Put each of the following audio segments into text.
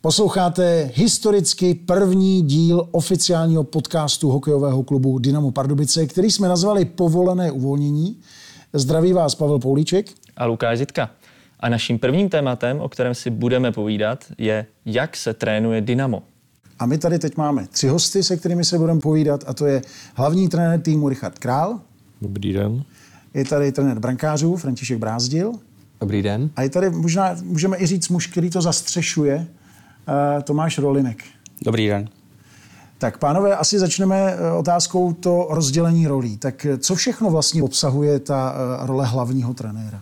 Posloucháte historicky první díl oficiálního podcastu hokejového klubu Dynamo Pardubice, který jsme nazvali Povolené uvolnění. Zdraví vás Pavel Poulíček a Lukáš Zitka. A naším prvním tématem, o kterém si budeme povídat, je, jak se trénuje Dynamo. A my tady teď máme 3 hosty, se kterými se budeme povídat, a to je hlavní trenér týmu Richard Král. Dobrý den. Je tady trenér brankářů František Brázdil. Dobrý den. A je tady možná, můžeme i říct muž, který to zastřešuje, Tomáš Rolinek. Dobrý den. Tak pánové, asi začneme otázkou to rozdělení rolí. Tak co všechno vlastně obsahuje ta role hlavního trenéra?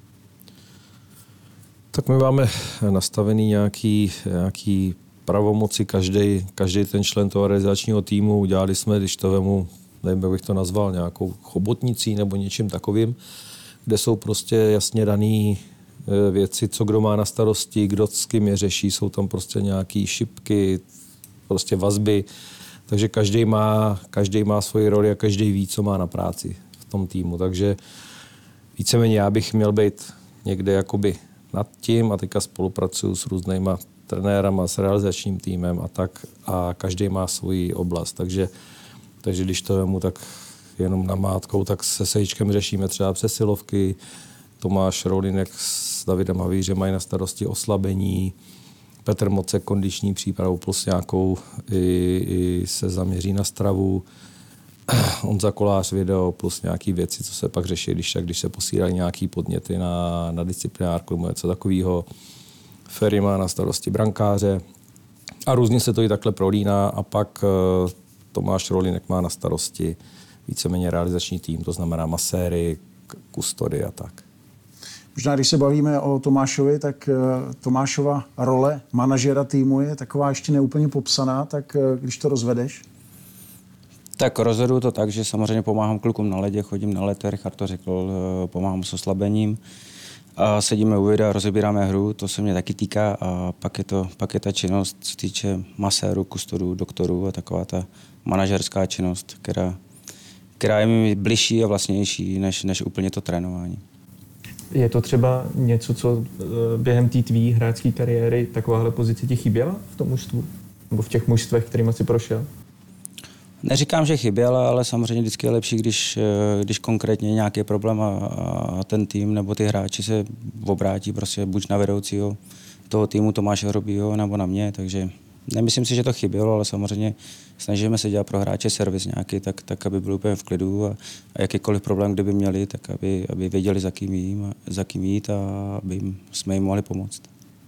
Tak my máme nastavený nějaký pravomoci, každý ten člen toho realizačního týmu. Udělali jsme, když to vemu, nevím, jak bych to nazval, nějakou chobotnicí nebo něčím takovým, kde jsou prostě jasně dané věci, co kdo má na starosti, kdo s kým je řeší, jsou tam prostě nějaké šipky, prostě vazby. Takže každý má svoji roli a každý ví, co má na práci v tom týmu. Takže víceméně já bych měl být někde jakoby nad tím a teďka spolupracuju s různýma trenérama, s realizačním týmem a tak a každý má svoji oblast. Takže když to vemu tak jenom namátkou, tak se Sejčkem řešíme třeba přesilovky. Tomáš Rolinek s Davidem Havířem mají na starosti oslabení, Petr Mocek kondiční přípravu plus nějakou i se zaměří na stravu, Honza Kolář video plus nějaký věci, co se pak řeší, když se posílají nějaký podněty na disciplinárku nebo něco takového. Ferry má na starosti brankáře a různě se to i takhle prolíná a pak Tomáš Rolinek má na starosti víceméně realizační tým, to znamená maséry, kustody a tak. Možná, když se bavíme o Tomášovi, tak Tomášova role manažera týmu je taková ještě neúplně popsaná, tak když to rozvedeš? Tak rozvedu to tak, že samozřejmě pomáhám klukům na ledě, chodím na led, Richard to řekl, pomáhám s oslabením. A sedíme u videa, rozebíráme hru, to se mě taky týká a pak je ta činnost, co se týče masérů, kustodů, doktorů a taková ta manažerská činnost, která je mi bližší a vlastnější než úplně to trénování. Je to třeba něco, co během té tvý hráčské kariéry takováhle pozice ti chyběla v tom mužstvu? Nebo v těch mužstvech, kterými jsi prošel? Neříkám, že chyběla, ale samozřejmě vždycky je lepší, když konkrétně nějaký problém a ten tým nebo ty hráči se obrátí prostě buď na vedoucího toho týmu Tomáše Hrubýho nebo na mě, takže nemyslím si, že to chybělo, ale samozřejmě snažíme se dělat pro hráče servis nějaký, tak aby byl úplně v klidu a jakýkoliv problém, kdyby měli, tak aby věděli, za kým jít a aby jsme jim mohli pomoct.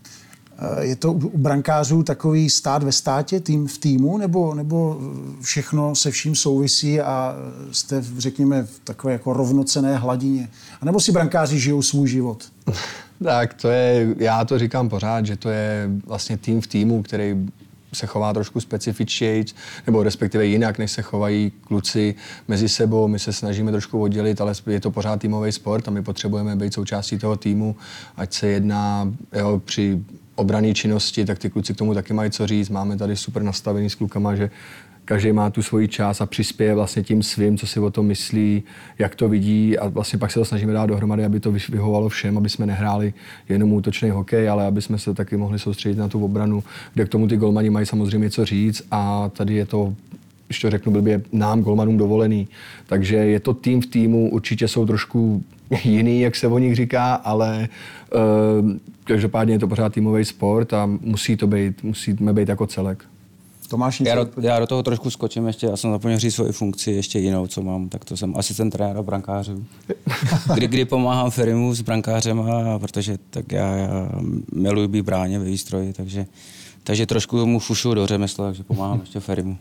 Je to u brankářů takový stát ve státě, tým v týmu, nebo všechno se vším souvisí a jste, řekněme, v takové jako rovnocenné hladině? A nebo si brankáři žijou svůj život? Tak to je, já to říkám pořád, že to je vlastně tým v týmu, který se chová trošku specifičtěji, nebo respektive jinak, než se chovají kluci mezi sebou. My se snažíme trošku oddělit, ale je to pořád týmový sport a my potřebujeme být součástí toho týmu, ať se jedná při obranné činnosti, tak ty kluci k tomu taky mají co říct. Máme tady super nastavený s klukama, že každý má tu svoji část a přispěje vlastně tím svým, co si o tom myslí, jak to vidí a vlastně pak se to snažíme dát dohromady, aby to vyhovovalo všem, aby jsme nehráli jenom útočný hokej, ale aby jsme se taky mohli soustředit na tu obranu, kde k tomu ty golmani mají samozřejmě co říct a tady je to, když to řeknu blbě, nám golmanům dovolený. Takže je to tým v týmu, určitě jsou trošku jiný, jak se o nich říká, ale každopádně je to pořád týmový sport a musíme být jako celek. Tomáš, já do toho trošku skočím ještě, já jsem zapomněl říct svoji funkci ještě jinou, co mám, tak to jsem asistent trenéra brankářů. Kdy pomáhám Ferimu s brankářema, protože tak já miluji být bráně ve výstroji, takže trošku mu fušu do řemesla, takže pomáhám ještě Ferimu.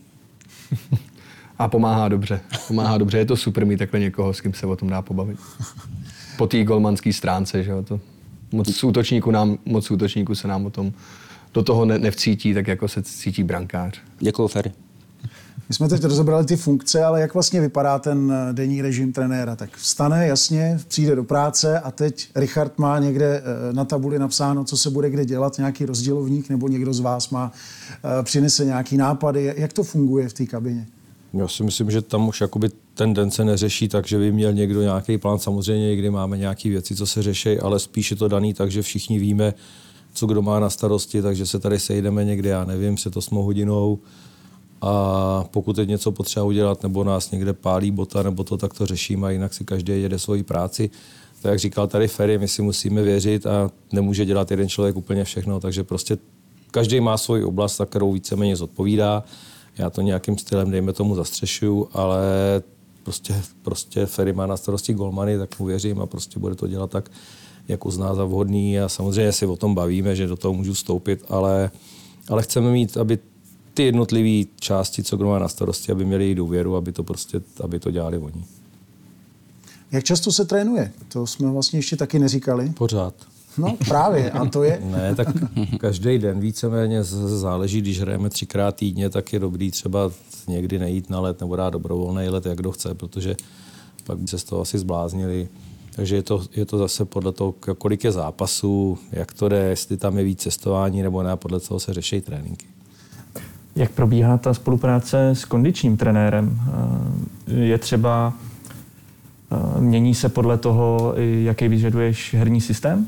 A pomáhá dobře, je to super mít takhle někoho, s kým se o tom dá pobavit. Po té golmanské stránce, že jo, to moc útočníků se nám o tom do toho nevcítí, tak jako se cítí brankář. Děkuju, Ferry. My jsme teď rozebrali ty funkce, ale jak vlastně vypadá ten denní režim trenéra? Tak vstane, jasně, přijde do práce a teď Richard má někde na tabuli napsáno, co se bude kde dělat, nějaký rozdělovník, nebo někdo z vás přinese nějaký nápady. Jak to funguje v té kabině? Já si myslím, že tam už jakoby ten den se neřeší tak, že by měl někdo nějaký plán. Samozřejmě někdy máme nějaké věci, co se řeší, ale spíš je to daný tak, že všichni víme, co kdo má na starosti, takže se tady sejdeme někdy, já nevím, před 8 hodinou a pokud je něco potřeba udělat, nebo nás někde pálí bota, nebo to, tak to řešíme a jinak si každý jede svoji práci. Tak jak říkal tady Ferry, my si musíme věřit a nemůže dělat jeden člověk úplně všechno, takže prostě každý má svoji oblast, za kterou víceméně zodpovídá. Já to nějakým stylem, dejme tomu, zastřešuju, ale prostě Ferry má na starosti golmany, tak mu věřím a prostě bude to dělat tak, jak uzná za vhodný a samozřejmě si o tom bavíme, že do toho můžu vstoupit, ale chceme mít, aby ty jednotlivé části, co kdo má na starosti, aby měli důvěru, aby to dělali oni. Jak často se trénuje? To jsme vlastně ještě taky neříkali. Pořád. No právě, a to je... Ne, tak každý den víceméně záleží, když hrajeme 3x týdně, tak je dobrý třeba někdy nejít na let nebo dát dobrovolný let, jak kdo chce, protože pak by se z toho asi zbláznili. Takže je to zase podle toho, kolik je zápasů, jak to jde, jestli tam je víc cestování nebo ne, podle toho se řeší tréninky. Jak probíhá ta spolupráce s kondičním trenérem? Je třeba, mění se podle toho, jaký vyžaduješ herní systém?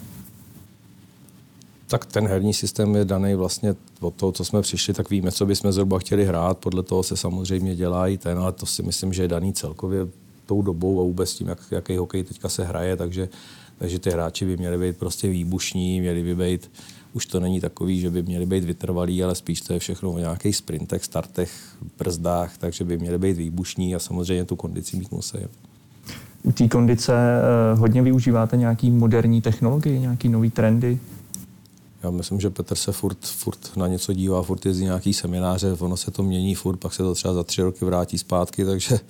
Tak ten herní systém je daný vlastně od toho, co jsme přišli, tak víme, co bychom zhruba chtěli hrát, podle toho se samozřejmě dělá i ten, ale to si myslím, že je daný celkově tou dobou a vůbec tím, jaký hokej teďka se hraje, takže ty hráči by měli být prostě výbušní, měli by být, už to není takový, že by měli být vytrvalí, ale spíš to je všechno o nějakých sprintech, startech, brzdách, takže by měli být výbušní a samozřejmě tu kondici mít musí. U té kondice hodně využíváte nějaký moderní technologie, nějaký nový trendy? Já myslím, že Petr se furt na něco dívá, furt jezdí nějaký semináře, ono se to mění furt, pak se to třeba za 3 roky vrátí zpátky,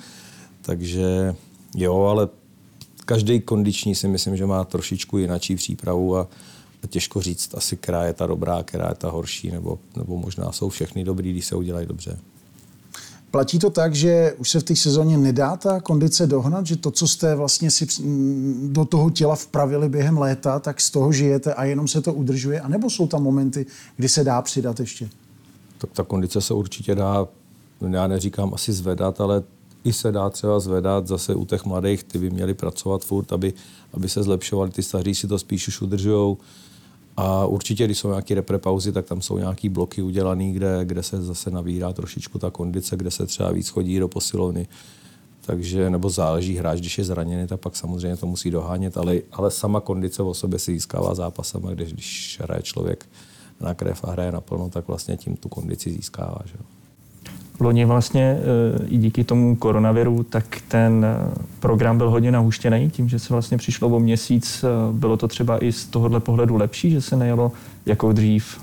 takže jo, ale každý kondiční si myslím, že má trošičku jinačí přípravu a těžko říct asi, která je ta dobrá, která je ta horší, nebo možná jsou všechny dobrý, když se udělají dobře. Platí to tak, že už se v té sezóně nedá ta kondice dohnat, že to, co jste vlastně si do toho těla vpravili během léta, tak z toho žijete a jenom se to udržuje? A nebo jsou tam momenty, kdy se dá přidat ještě? Tak ta kondice se určitě dá, já neříkám asi zvedat, ale i se dá třeba zvedat zase u těch mladých, ty by měli pracovat furt, aby se zlepšovali, ty staří si to spíš už udržujou. A určitě, když jsou nějaké reprepauzy, tak tam jsou nějaké bloky udělané, kde se zase nabírá trošičku ta kondice, kde se třeba víc chodí do posilovny. Takže, nebo záleží hráč, když je zraněný, tak pak samozřejmě to musí dohánět, ale sama kondice o sobě si získává zápasem, když hraje člověk na krev a hraje naplno, tak vlastně tím tu kondici získává. Že? Loni vlastně i díky tomu koronaviru, tak ten program byl hodně nahuštěný, tím, že se vlastně přišlo o měsíc. Bylo to třeba i z tohohle pohledu lepší, že se nejelo jako dřív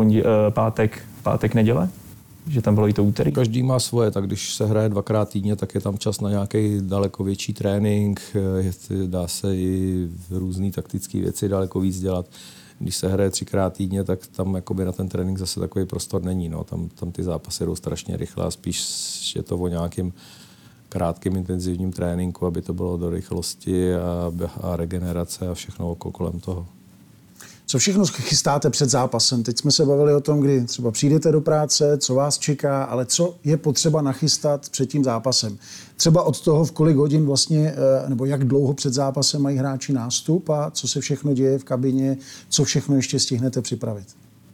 pátek, neděle? Že tam bylo i to úterý? Každý má svoje, tak když se hraje 2x týdně, tak je tam čas na nějaký daleko větší trénink, dá se i různý taktické věci daleko víc dělat. Když se hraje 3x týdně, tak tam jakoby na ten trénink zase takový prostor není. No. Tam ty zápasy jdou strašně rychle a spíš je to o nějakým krátkým intenzivním tréninku, aby to bylo do rychlosti a regenerace a všechno kolem toho. Co všechno chystáte před zápasem? Teď jsme se bavili o tom, kdy třeba přijdete do práce, co vás čeká, ale co je potřeba nachystat před tím zápasem? Třeba od toho, v kolik hodin vlastně, nebo jak dlouho před zápasem mají hráči nástup a co se všechno děje v kabině, co všechno ještě stihnete připravit?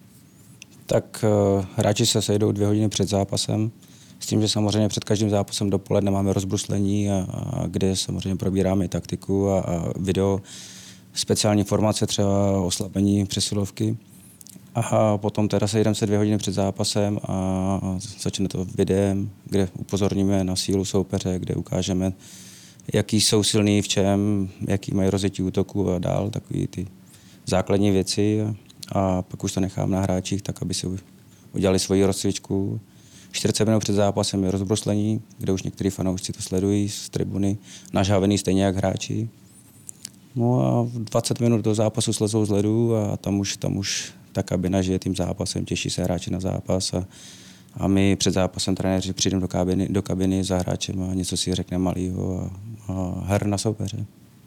Tak hráči se sejdou 2 hodiny před zápasem, s tím, že samozřejmě před každým zápasem dopoledne máme rozbruslení, a kde samozřejmě probíráme i taktiku a video, speciální formace, třeba oslabení přesilovky. A potom teda sejdeme se 2 hodiny před zápasem a začne to videem, kde upozorníme na sílu soupeře, kde ukážeme, jaký jsou silní v čem, jaký mají rozjetí útoku a dál, takové ty základní věci. A pak už to nechám na hráčích, tak aby si udělali svoji rozcvičku. 40 minut před zápasem je rozbruslení, kde už některý fanoušci to sledují z tribuny, nažávený stejně jak hráči. No a 20 minut do zápasu slezou z ledu a tam už ta kabina žije tím zápasem, těší se hráči na zápas a my před zápasem trenéři přijdeme do kabiny za hráčem a něco si řekneme malýho a her na soupeře.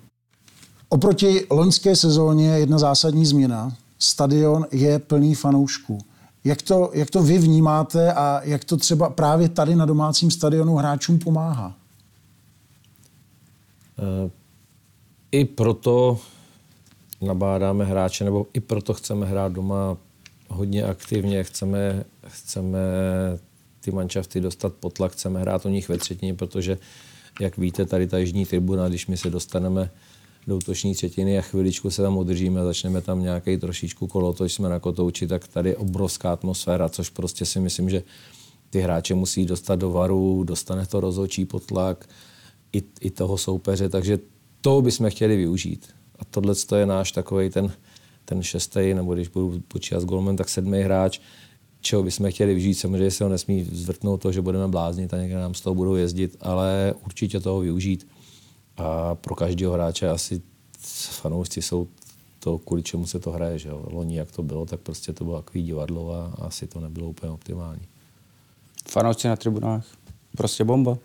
Oproti loňské sezóně jedna zásadní změna. Stadion je plný fanoušků. Jak to vy vnímáte a jak to třeba právě tady na domácím stadionu hráčům pomáhá? I proto nabádáme hráče, nebo i proto chceme hrát doma hodně aktivně, chceme ty manšafty dostat pod tlak, chceme hrát o nich ve třetině, protože, jak víte, tady ta jižní tribuna, když my se dostaneme do útoční třetiny a chviličku se tam udržíme a začneme tam nějaký trošičku kolotoč, jsme na kotouči, tak tady je obrovská atmosféra, což prostě si myslím, že ty hráče musí dostat do varu, dostane to rozhodčí pod tlak i toho soupeře, takže toho bychom chtěli využít. A tohle je náš takovej ten šestý, nebo když budu počítat s golmem, tak 7. hráč, čeho bychom chtěli využít. Samozřejmě se ho nesmí zvrtnout to, že budeme bláznit a někde nám z toho budou jezdit, ale určitě toho využít. A pro každého hráče asi fanoušci jsou to, kvůli čemu se to hraje. Že jo? Loni, jak to bylo, tak prostě to bylo takový divadlo a asi to nebylo úplně optimální. Fanoušci na tribunách. Prostě bomba.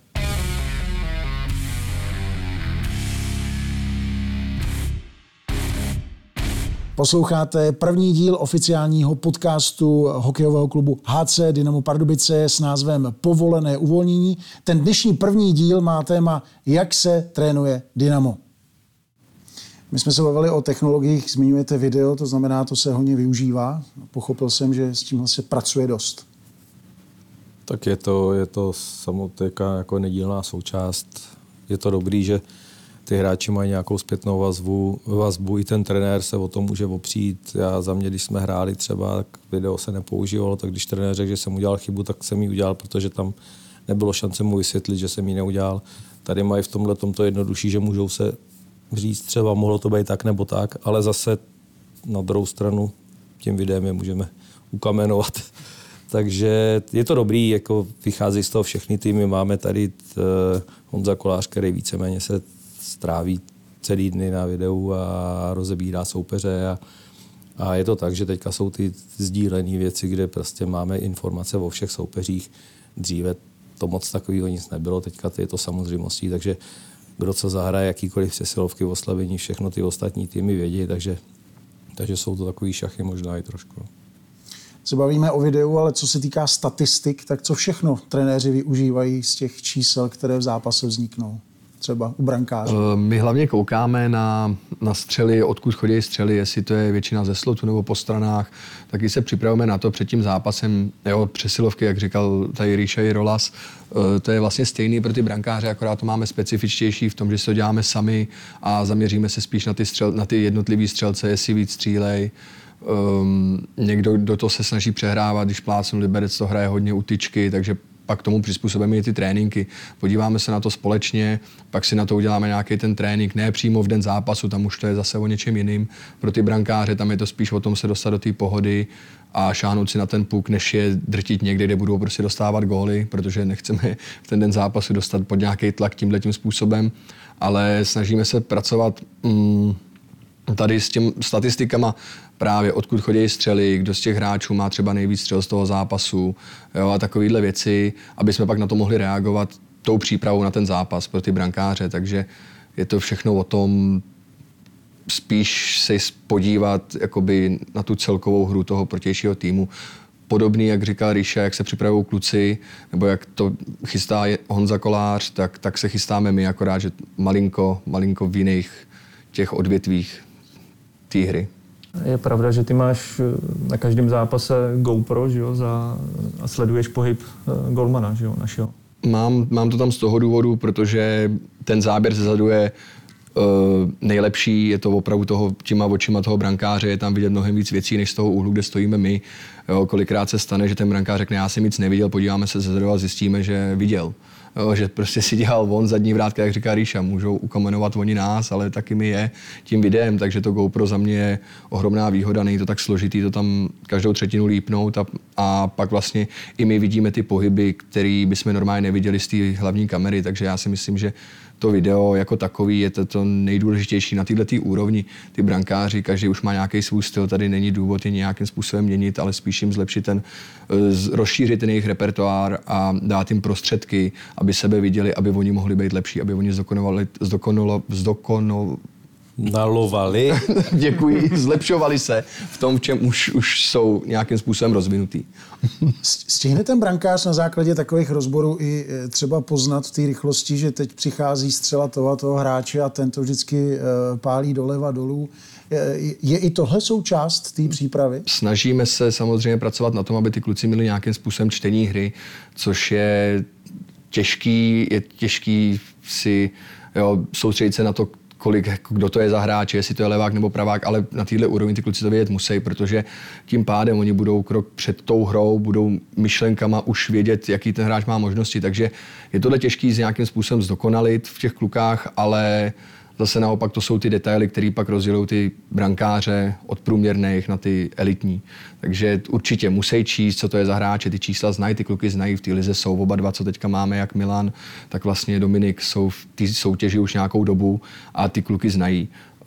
Posloucháte první díl oficiálního podcastu hokejového klubu HC Dynamo Pardubice s názvem Povolené uvolnění. Ten dnešní první díl má téma Jak se trénuje Dynamo. My jsme se bavili o technologiích, zmiňujete video, to znamená, to se hodně využívá. Pochopil jsem, že s tímhle se pracuje dost. Tak je to samotná jako nedílná součást. Je to dobrý, že ty hráči mají nějakou zpětnou vazbu, i ten trenér se o tom může opřít. Za mě, když jsme hráli třeba, tak video se nepoužívalo, tak když trenér řekl, že jsem udělal chybu, tak jsem ji udělal, protože tam nebylo šance mu vysvětlit, že jsem ji neudělal. Tady mají v tomhle tomto jednodušší, že můžou se říct třeba mohlo to být tak nebo tak, ale zase na druhou stranu tím videem je můžeme ukamenovat. Takže je to dobrý, jako vychází z toho všechny týmy. Máme tady Honza Kolář, který víceméně se stráví celý dny na videu a rozebírá soupeře a je to tak, že teďka jsou ty sdílené věci, kde prostě máme informace o všech soupeřích. Dříve to moc takového nic nebylo, teďka je to samozřejmostí, takže kdo co zahraje, jakýkoliv přesilovky, oslabení, všechno ty ostatní týmy vědí, takže jsou to takový šachy možná i trošku. Se bavíme o videu, ale co se týká statistik, tak co všechno trenéři využívají z těch čísel, které v zápase vzniknou? Třeba u brankářů. My hlavně koukáme na střely, odkud chodí střely, jestli to je většina ze slotu nebo po stranách. Taky se připravujeme na to před tím zápasem, přesilovky, jak říkal tady Ríša i Rolas. To je vlastně stejný pro ty brankáře, akorát to máme specifičtější v tom, že si to děláme sami a zaměříme se spíš na ty jednotlivý střelce, jestli víc střílej. Někdo, kdo to se snaží přehrávat, když plácnu Liberec, to hraje hodně u tyčky, takže pak tomu přizpůsobíme i ty tréninky. Podíváme se na to společně, pak si na to uděláme nějaký ten trénink, ne přímo v den zápasu, tam už to je zase o něčem jiným. Pro ty brankáře tam je to spíš o tom se dostat do té pohody a šáhnout si na ten puk, než je drtit někde, kde budou prostě dostávat góly, protože nechceme v ten den zápasu dostat pod nějaký tlak tímhletím způsobem, ale snažíme se pracovat tady s těm statistikama právě odkud chodí střely, kdo z těch hráčů má třeba nejvíc střel z toho zápasu, jo, a takovéhle věci, aby jsme pak na to mohli reagovat tou přípravou na ten zápas pro ty brankáře. Takže je to všechno o tom spíš se podívat jakoby na tu celkovou hru toho protějšího týmu. Podobný, jak říkal Ríša, jak se připravují kluci, nebo jak to chystá Honza Kolář, tak se chystáme my, akorát, že malinko v jiných těch odvětvích té hry. Je pravda, že ty máš na každém zápase GoPro, že jo, a sleduješ pohyb golmana, že jo, našeho. Mám to tam z toho důvodu, protože ten záběr zezadu je nejlepší, je to opravdu těma očima toho brankáře, je tam vidět mnohem víc věcí, než z toho úhlu, kde stojíme my. Jo, kolikrát se stane, že ten brankář řekne, já jsem nic neviděl, podíváme se zezadu a zjistíme, že viděl. Jo, že prostě si dělal on zadní vrátka, jak říká Ríša, můžou ukamenovat oni nás, ale taky my je tím videem, takže to GoPro za mě je ohromná výhoda, není to tak složitý, to tam každou třetinu lípnout a pak vlastně i my vidíme ty pohyby, které bychom normálně neviděli z té hlavní kamery, takže já si myslím, že to video jako takový je to nejdůležitější na této úrovni. Ty brankáři, každý už má nějaký svůj styl, tady není důvod je nějakým způsobem měnit, ale spíš jim zlepšit rozšířit ten jejich repertoár a dát jim prostředky, aby sebe viděli, aby oni mohli být lepší, aby oni nalovali. Děkuji, zlepšovali se v tom, v čem už jsou nějakým způsobem rozvinutý. Stihne ten brankář na základě takových rozborů i třeba poznat v té rychlosti, že teď přichází střela toho hráče a ten to vždycky pálí doleva dolů. Je i tohle součást té přípravy? Snažíme se samozřejmě pracovat na tom, aby ty kluci měli nějakým způsobem čtení hry, což je těžký si soustředit se na to, kdo to je za hráč, jestli to je levák nebo pravák, ale na téhle úrovni ty kluci to vědět musí, protože tím pádem oni budou krok před tou hrou, budou myšlenkama už vědět, jaký ten hráč má možnosti, takže je tohle těžký s nějakým způsobem zdokonalit v těch klukách, ale zase naopak to jsou ty detaily, které pak rozdělují ty brankáře od průměrných na ty elitní. Takže určitě musí číst, co to je za hráče, ty čísla znají, ty kluky znají, v té lize jsou oba dva, co teďka máme, jak Milan, tak vlastně Dominik, jsou v té soutěži už nějakou dobu a ty kluky znají.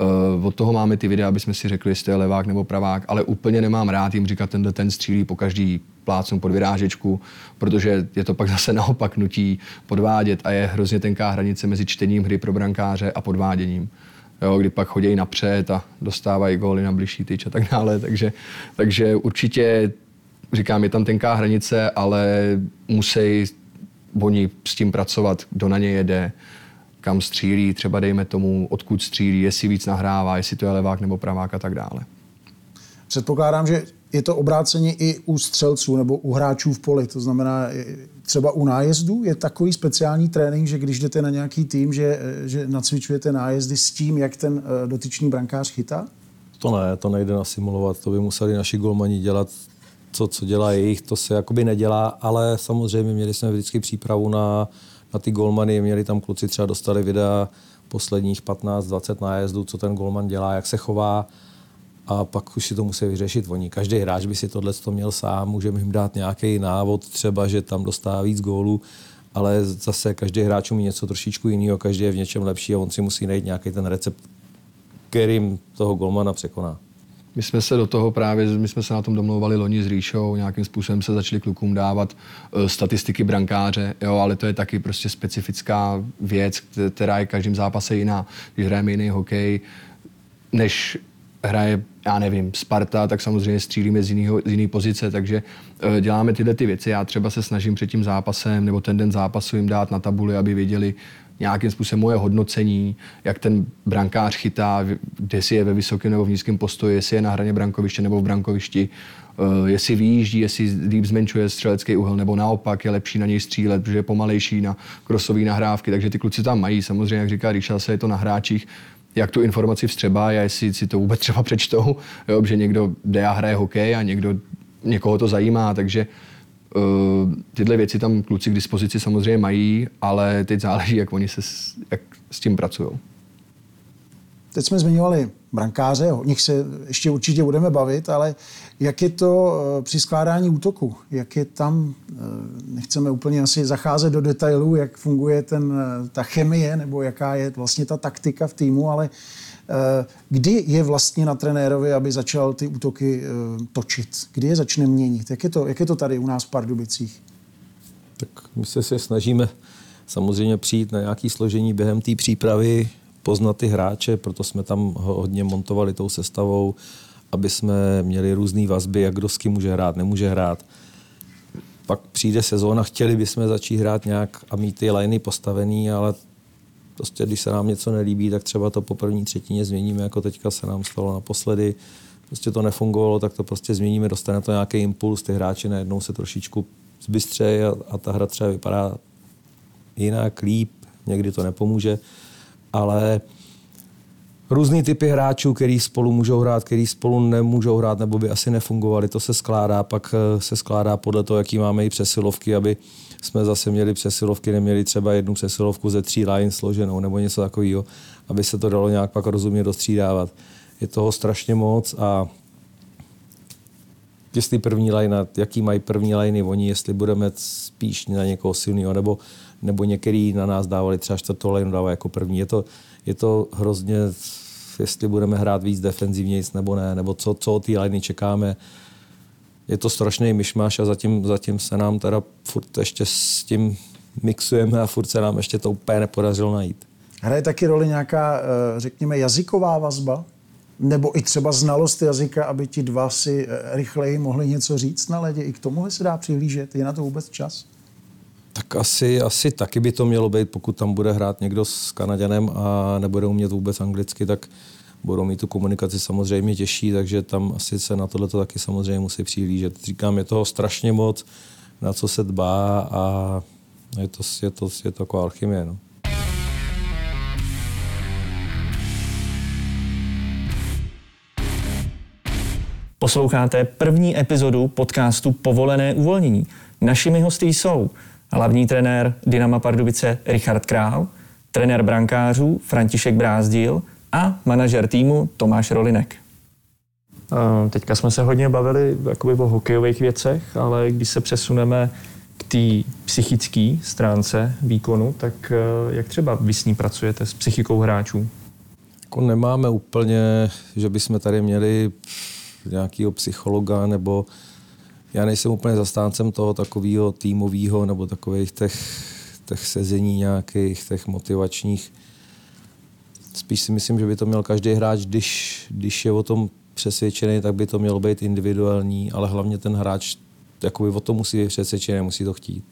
Od toho máme ty videa, aby jsme si řekli, jestli je levák nebo pravák, ale úplně nemám rád jim říkat, ten střílí po každý plácnu pod vyrážečku, protože je to pak zase naopak nutí podvádět a je hrozně tenká hranice mezi čtením hry pro brankáře a podváděním. Jo, kdy pak chodí napřed a dostávají góly na bližší tyč a tak dále. Takže určitě, říkám, je tam tenká hranice, ale musí oni s tím pracovat, kdo na ně jede, kam střílí, třeba dejme tomu, odkud střílí, jestli víc nahrává, jestli to je levák nebo pravák a tak dále. Předpokládám, že je to obráceně i u střelců nebo u hráčů v poli. To znamená, třeba u nájezdu je takový speciální trénink, že když jdete na nějaký tým, že nacvičujete nájezdy s tím, jak ten dotyčný brankář chytá? To nejde nasimulovat. To by museli naši golmani dělat, co dělá jejich. To se jakoby nedělá, ale samozřejmě měli jsme vždycky přípravu na ty golmany. Měli tam kluci třeba dostali videa posledních 15-20 nájezdů, co ten golman dělá, jak se chová. A pak už si to musí vyřešit oni. Každý hráč by si tohle měl sám, můžeme jim dát nějaký návod, třeba, že tam dostává víc gólů, ale zase každý hráč umí něco trošičku jiného, každý je v něčem lepší a on si musí najít nějaký ten recept, kterým toho golmana překoná. My jsme se na tom domlouvali loni s Ríšou, nějakým způsobem se začali klukům dávat statistiky brankáře, jo, ale to je taky prostě specifická věc, která je v každém zápase jiná. Když hrajeme jiný hokej, než hraje, já nevím, Sparta, tak samozřejmě střílíme z jiné pozice, takže děláme tyhle ty věci. Já třeba se snažím před tím zápasem nebo ten den zápasu jim dát na tabuli, aby věděli nějakým způsobem moje hodnocení, jak ten brankář chytá, kde si je ve vysokém nebo v nízkém postoji, jestli je na hraně brankoviště nebo v brankovišti, jestli vyjíždí, jestli líp zmenšuje střelecký úhel, nebo naopak je lepší na něj střílet, protože je pomalejší na krosové nahrávky, takže ty kluci tam mají. Samozřejmě, jak říká Ríša, se je to na hráčích, jak tu informaci vstřebá, a jestli si to vůbec třeba přečtou, jo, že někdo jde a hraje hokej a někoho to zajímá, takže tyhle věci tam kluci k dispozici samozřejmě mají, ale teď záleží, jak oni jak s tím pracují. Teď jsme zmiňovali brankáře, o nich se ještě určitě budeme bavit, ale jak je to při skládání útoku? Jak je tam, nechceme úplně asi zacházet do detailů, jak funguje ta chemie, nebo jaká je vlastně ta taktika v týmu, ale kdy je vlastně na trenérovi, aby začal ty útoky točit? Kdy je začne měnit? Jak je to tady u nás v Pardubicích? Tak my se snažíme samozřejmě přijít na nějaké složení během té přípravy, poznat ty hráče, proto jsme tam hodně montovali tou sestavou, aby jsme měli různé vazby, jak kdo s kým může hrát, nemůže hrát. Pak přijde sezóna, chtěli bychom začít hrát nějak a mít ty liney postavený, ale prostě když se nám něco nelíbí, tak třeba to po první třetině změníme, jako teďka se nám stalo naposledy. Prostě to nefungovalo, tak to prostě změníme, dostane to nějaký impuls, ty hráči najednou se trošičku zbystřejí a ta hra třeba vypadá jinak, líp, někdy to nepomůže. Ale různý typy hráčů, který spolu můžou hrát, který spolu nemůžou hrát, nebo by asi nefungovali, to se skládá. Pak se skládá podle toho, jaký máme i přesilovky, aby jsme zase měli přesilovky, neměli třeba jednu přesilovku ze 3 line složenou nebo něco takového, aby se to dalo nějak pak rozumně dostřídávat. Je toho strašně moc a jestli první line, jaký mají první liney oni, jestli budeme spíš na někoho silného, nebo některý na nás dávali třeba 4. line dávají jako první. Je to hrozně, jestli budeme hrát víc defenzivnějc nebo ne, nebo co od té liney čekáme. Je to strašný myšmaš a zatím se nám teda furt ještě s tím mixujeme a furt se nám ještě to úplně nepodařilo najít. Hraje taky roli nějaká, řekněme, jazyková vazba? Nebo i třeba znalost jazyka, aby ti dva si rychleji mohli něco říct na ledě? I k tomuhle se dá přihlížet? Je na to vůbec čas? Tak asi taky by to mělo být, pokud tam bude hrát někdo s Kanaďanem a nebude umět vůbec anglicky, tak budou mít tu komunikaci samozřejmě těžší, takže tam asi se na tohle taky samozřejmě musí přihlížet. Říkám, je toho strašně moc, na co se dbá a je to taková alchymie. No. Posloucháte první epizodu podcastu Povolené uvolnění. Našimi hosty jsou hlavní trenér Dynama Pardubice Richard Král, trenér brankářů František Brázdil a manažer týmu Tomáš Rolinek. Teďka jsme se hodně bavili jakoby o hokejových věcech, ale když se přesuneme k té psychické stránce výkonu, tak jak třeba vy s ní pracujete s psychikou hráčů? Jako nemáme úplně, že bychom tady měli nějakého psychologa, nebo já nejsem úplně zastáncem toho takového týmového nebo takových těch sezení nějakých, těch motivačních. Spíš si myslím, že by to měl každý hráč, když je o tom přesvědčený, tak by to mělo být individuální, ale hlavně ten hráč jakoby o tom musí být přesvědčený, musí to chtít.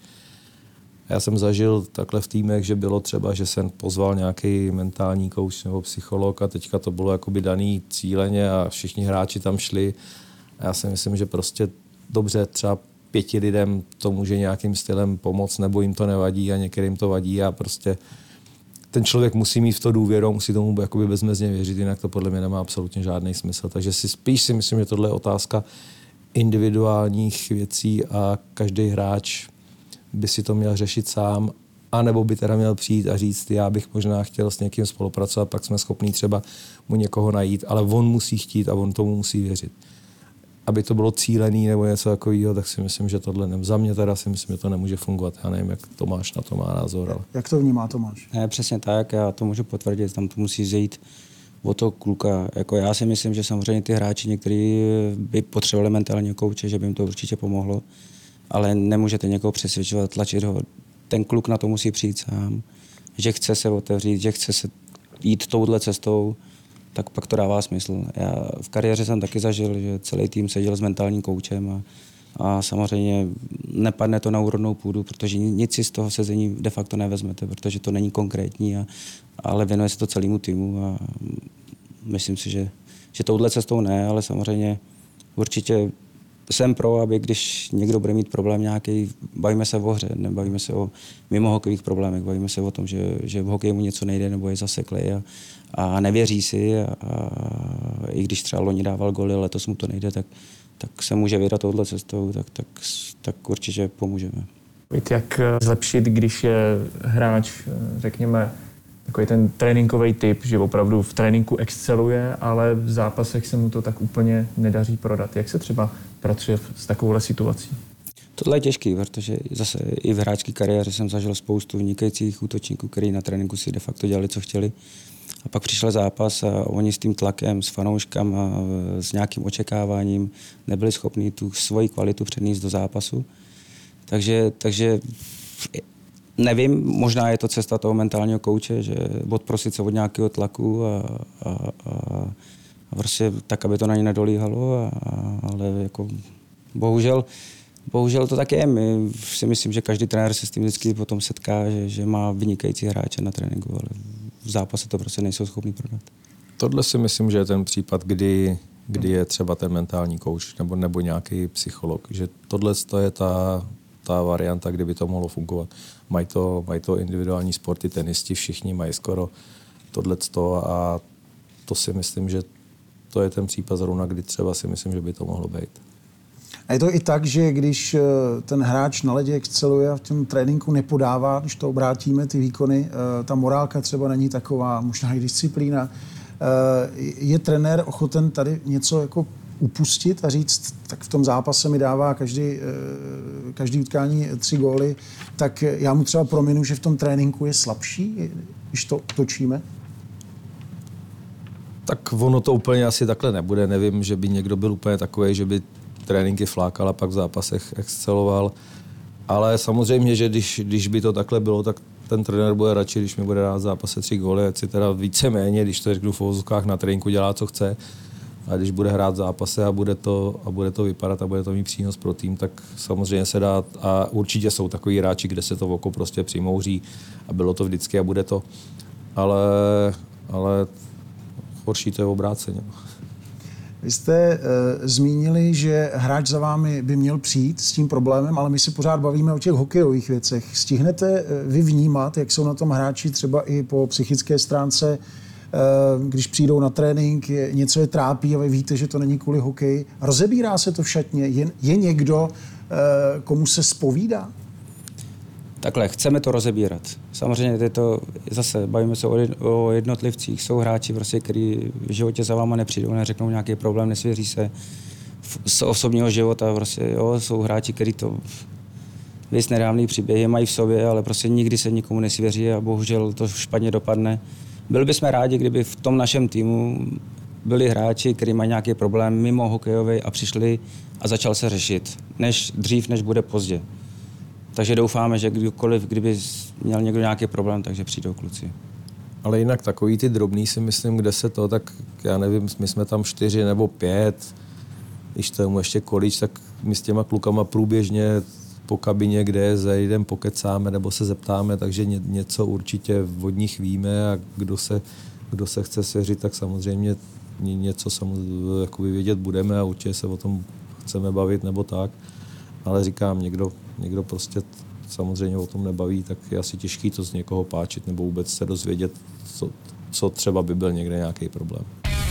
Já jsem zažil takhle v týmech, že bylo třeba, že jsem pozval nějaký mentální kouč nebo psycholog a teďka to bylo jakoby daný cíleně a všichni hráči tam šli. A já si myslím, že prostě dobře, třeba 5 lidem to může nějakým stylem pomoct, nebo jim to nevadí a některým to vadí a prostě ten člověk musí mít v to důvěru, musí tomu jakoby bezmezně věřit, jinak to podle mě nemá absolutně žádný smysl. Takže spíš si myslím, že tohle je otázka individuálních věcí a každý hráč by si to měl řešit sám, anebo by teda měl přijít a říct, já bych možná chtěl s někým spolupracovat, pak jsme schopní třeba mu někoho najít, ale on musí chtít a on tomu musí věřit. Aby to bylo cílený nebo něco takového, tak si myslím, že tohle za mě teda si myslím, že to nemůže fungovat. Já nevím, jak Tomáš na to má názor. Ale... Jak to vnímá Tomáš? Ne, přesně tak, já to můžu potvrdit, tam to musí zejít o toho kluka. Jako já si myslím, že samozřejmě ty hráči někteří by potřebovali mentálního kouče, že by jim to určitě pomohlo, ale nemůžete někoho přesvědčovat, tlačit ho. Ten kluk na to musí přijít sám, že chce se otevřít, že chce se jít touhle cestou, tak pak to dává smysl. Já v kariéře jsem taky zažil, že celý tým seděl s mentálním koučem a samozřejmě nepadne to na úrodnou půdu, protože nic si z toho sezení de facto nevezmete, protože to není konkrétní, ale věnuje se to celému týmu a myslím si, že touhle cestou ne, ale samozřejmě určitě jsem pro, aby když někdo bude mít problém nějaký, bavíme se o hře, nebavíme se o mimohokejových problémech, bavíme se o tom, že v hokeji mu něco nejde nebo je zaseklý a nevěří si a i když třeba loni dával goly, letos mu to nejde, tak se může vydat touhle cestou, tak určitě pomůžeme. Víte, jak zlepšit, když je hráč, řekněme, takový ten tréninkový typ, že opravdu v tréninku exceluje, ale v zápasech se mu to tak úplně nedaří prodat. Jak se třeba pracuje s takovouhle situací? Tohle je těžký, protože zase i v hráčské kariéře jsem zažil spoustu vynikajících útočníků, kteří na tréninku si de facto dělali, co chtěli. A pak přišel zápas a oni s tím tlakem, s fanouškama, s nějakým očekáváním nebyli schopni tu svoji kvalitu přenést do zápasu. Takže nevím, možná je to cesta toho mentálního kouče, že odprosit se od nějakého tlaku a prostě tak, aby to na ně nedolíhalo, ale jako bohužel to tak je. My si myslím, že každý trenér se s tím vždycky potom setká, že má vynikající hráče na tréninku, ale v zápase to prostě nejsou schopni prodat. Tohle si myslím, že je ten případ, kdy je třeba ten mentální kouč nebo nějaký psycholog, že tohle je ta varianta, kdyby to mohlo fungovat. Mají to individuální sporty, tenisti, všichni mají skoro tohleto a to si myslím, že to je ten případ zrovna, kdy třeba si myslím, že by to mohlo být. A je to i tak, že když ten hráč na ledě exceluje a v tom tréninku nepodává, když to obrátíme, ty výkony, ta morálka třeba není taková, možná i disciplína, je trenér ochoten tady něco jako upustit a říct, tak v tom zápase mi dává každý utkání 3 góly, tak já mu třeba prominu, že v tom tréninku je slabší, když to točíme? Tak ono to úplně asi takhle nebude. Nevím, že by někdo byl úplně takový, že by tréninky flákal a pak v zápasech exceloval. Ale samozřejmě, že když by to takhle bylo, tak ten trenér bude radši, když mi bude dát v zápase 3 góly, ať si teda víceméně, když to řeknu v uvozovkách, na tréninku dělá, co chce. A když bude hrát v zápase a bude to vypadat a bude to mít přínos pro tým, tak samozřejmě se dá. A určitě jsou takový hráči, kde se to oko prostě přimouří a bylo to vždycky a bude to. Ale horší to je obráceně. Vy jste zmínili, že hráč za vámi by měl přijít s tím problémem, ale my se pořád bavíme o těch hokejových věcech. Stihnete vy vnímat, jak jsou na tom hráči třeba i po psychické stránce, když přijdou na trénink, něco je trápí a vy víte, že to není kvůli hokeji. Rozebírá se to v šatně? Je někdo, komu se zpovídá? Takhle, chceme to rozebírat. Samozřejmě je to, zase bavíme se o jednotlivcích, jsou hráči, prostě, kteří v životě za váma nepřijdou, neřeknou nějaký problém, nesvěří se z osobního života. Prostě, jo, jsou hráči, kteří to věc nereálný příběhy mají v sobě, ale prostě nikdy se nikomu nesvěří a bohužel to špatně dopadne. Byli bychom rádi, kdyby v tom našem týmu byli hráči, kteří mají nějaký problém mimo hokejový a přišli a začal se řešit. Dřív, než bude pozdě. Takže doufáme, že kdyby měl někdo nějaký problém, takže přijdou kluci. Ale jinak takový ty drobný si myslím, kde se to, tak já nevím, my jsme tam 4 nebo 5, když tomu ještě college, tak my s těma klukama průběžně po kabině, kde je zajdem, pokecáme nebo se zeptáme, takže něco určitě od nich víme a kdo se chce svěřit, tak samozřejmě něco jakoby vědět budeme a určitě se o tom chceme bavit nebo tak. Ale říkám, někdo prostě samozřejmě o tom nebaví, tak je asi těžký to z někoho páčit nebo vůbec se dozvědět, co třeba by byl někde nějaký problém.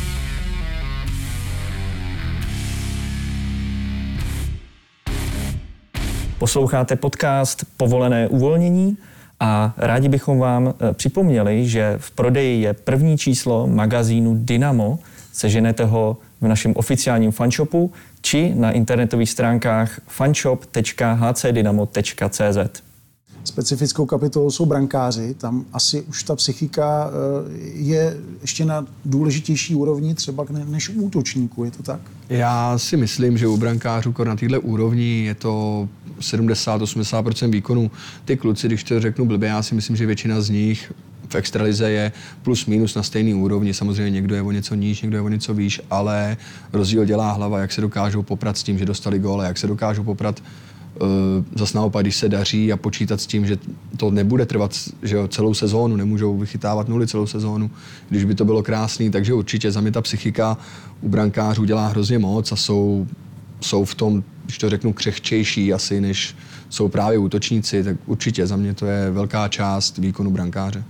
Posloucháte podcast Povolené uvolnění a rádi bychom vám připomněli, že v prodeji je první číslo magazínu Dynamo. Seženete ho v našem oficiálním fanshopu či na internetových stránkách fanshop.hcdynamo.cz. Specifickou kapitolou jsou brankáři, tam asi už ta psychika je ještě na důležitější úrovni třeba než u útočníků, je to tak? Já si myslím, že u brankářů na této úrovni je to 70-80% výkonu. Ty kluci, když to řeknu blbě, já si myslím, že většina z nich v extralize je plus minus na stejný úrovni. Samozřejmě někdo je o něco níž, někdo je o něco výš, ale rozdíl dělá hlava, jak se dokážou poprat s tím, že dostali góle, jak se dokážou poprat zas naopak, když se daří a počítat s tím, že to nebude trvat, že jo, celou sezónu, nemůžou vychytávat nuly celou sezónu, když by to bylo krásný, takže určitě za mě ta psychika u brankářů dělá hrozně moc a jsou v tom, když to řeknu, křehčejší asi, než jsou právě útočníci, tak určitě za mě to je velká část výkonu brankáře.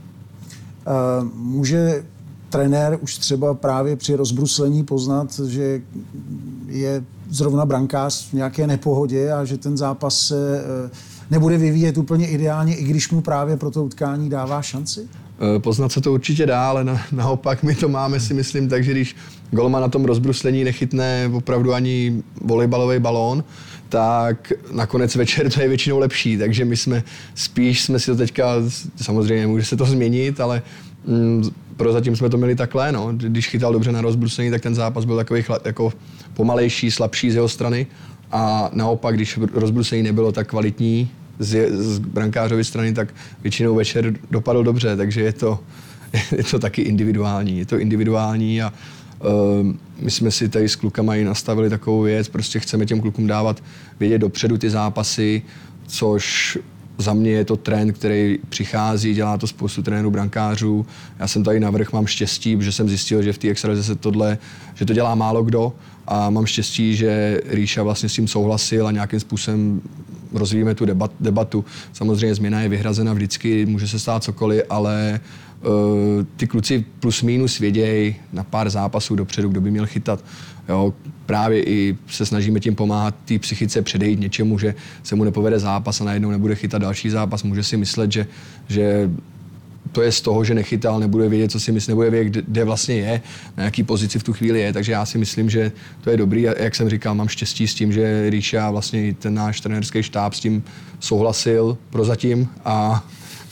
Může trenér už třeba právě při rozbruslení poznat, že je zrovna brankář v nějaké nepohodě a že ten zápas se nebude vyvíjet úplně ideálně, i když mu právě pro to utkání dává šanci? Poznat se to určitě dá, ale naopak my to máme, si myslím, takže když golman na tom rozbruslení nechytne opravdu ani volejbalový balón, tak nakonec večer to je většinou lepší, takže my jsme si to teďka, samozřejmě může se to změnit, ale prozatím jsme to měli takhle, no. Když chytal dobře na rozbruslení, tak ten zápas byl takový jako pomalejší, slabší z jeho strany a naopak, když rozbruslení nebylo tak kvalitní z brankářovy strany, tak většinou večer dopadl dobře, takže je to taky individuální. Je to individuální a my jsme si tady s klukama i nastavili takovou věc, prostě chceme těm klukům dávat vědět dopředu ty zápasy, což za mě je to trend, který přichází, dělá to spoustu trenérů brankářů. Já jsem tady navrch, mám štěstí, že jsem zjistil, že v té extralize že to dělá málo kdo a mám štěstí, že Ríša vlastně s tím souhlasil a nějakým způsobem rozvíjíme tu debatu. Samozřejmě změna je vyhrazena vždycky, může se stát cokoliv, ale ty kluci plus minus vědějí na pár zápasů dopředu, kdo by měl chytat. Jo, právě i se snažíme tím pomáhat té psychice předejít něčemu, že se mu nepovede zápas a najednou nebude chytat další zápas. Může si myslet, že to je z toho, že nechytal, nebude vědět, co si myslí, nebude vědět, kde vlastně je, na jaký pozici v tu chvíli je. Takže já si myslím, že to je dobrý. A jak jsem říkal, mám štěstí s tím, že Ríša a vlastně i ten náš trenérský štáb s tím souhlasil prozatím a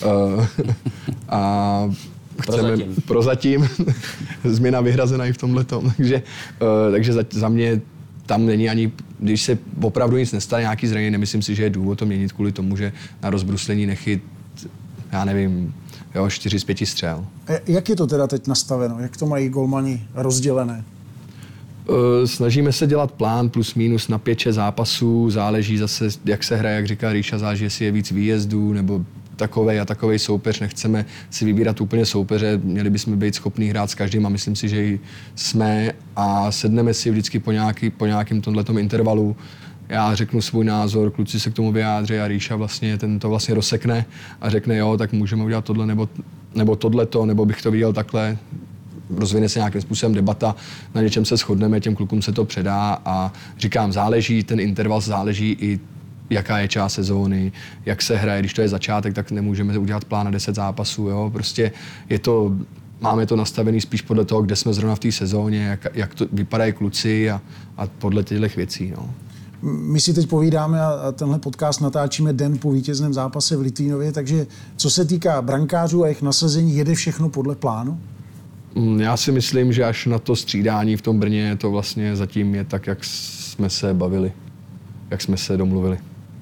chceme prozatím změna vyhrazena i v tomhletom. Takže za mě tam není ani, když se opravdu nic nestane, nějaký zranění, nemyslím si, že je důvod to měnit kvůli tomu, že na rozbruslení nechyt, já nevím, 4 z 5 střel. Jak je to teda teď nastaveno? Jak to mají golmani rozdělené? Snažíme se dělat plán plus minus na 5-6 zápasů, záleží zase, jak se hraje, jak říká Ríša, záleží, jestli je víc výjezdů, nebo takovej a takovej soupeř, nechceme si vybírat úplně soupeře, měli bychom být schopní hrát s každým a myslím si, že i jsme a sedneme si vždycky po nějakém tomhletom intervalu. Já řeknu svůj názor, kluci se k tomu vyjádří a Ríša vlastně ten to vlastně rozsekne a řekne jo, tak můžeme udělat tohle nebo tohleto, nebo bych to viděl takhle. Rozvine se nějakým způsobem debata, na něčem se shodneme, těm klukům se to předá a říkám, záleží, ten interval záleží i jaká je část sezóny, jak se hraje, když to je začátek, tak nemůžeme udělat plán na 10 zápasů, jo, prostě máme to nastavený spíš podle toho, kde jsme zrovna v té sezóně, jak to vypadají kluci a podle těchto věcí, no. My si teď povídáme a tenhle podcast natáčíme den po vítězném zápase v Litvínově, takže co se týká brankářů a jejich nasazení, jede všechno podle plánu? Já si myslím, že až na to střídání v tom Brně to vlastně zatím je tak, jak jsme se bavili, jak jsme se domluvili.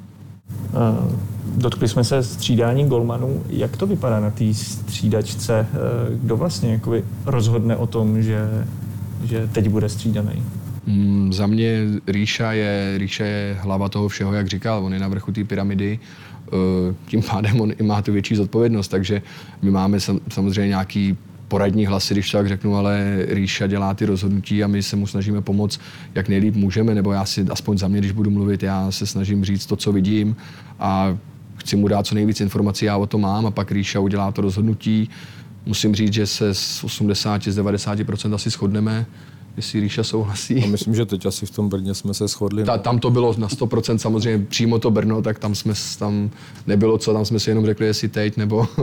Dotkli jsme se střídání golmanů. Jak to vypadá na té střídačce? Kdo vlastně jakoby rozhodne o tom, že teď bude střídaný? Za mě Ríša je hlava toho všeho, jak říkal, on je na vrchu té pyramidy, tím pádem on i má tu větší zodpovědnost, takže my máme samozřejmě nějaký poradní hlasy, když to tak řeknu, ale Ríša dělá ty rozhodnutí a my se mu snažíme pomoct, jak nejlíp můžeme, nebo já si, aspoň za mě, když budu mluvit, já se snažím říct to, co vidím a chci mu dát co nejvíc informací, já o to mám a pak Ríša udělá to rozhodnutí. Musím říct, že se z 80-90% asi shodneme, jestli Ríša souhlasí. A myslím, že teď asi v tom Brně jsme se shodli. Tam to bylo na 100%, samozřejmě přímo to Brno, tak tam nebylo co, tam jsme si jenom řekli, jestli teď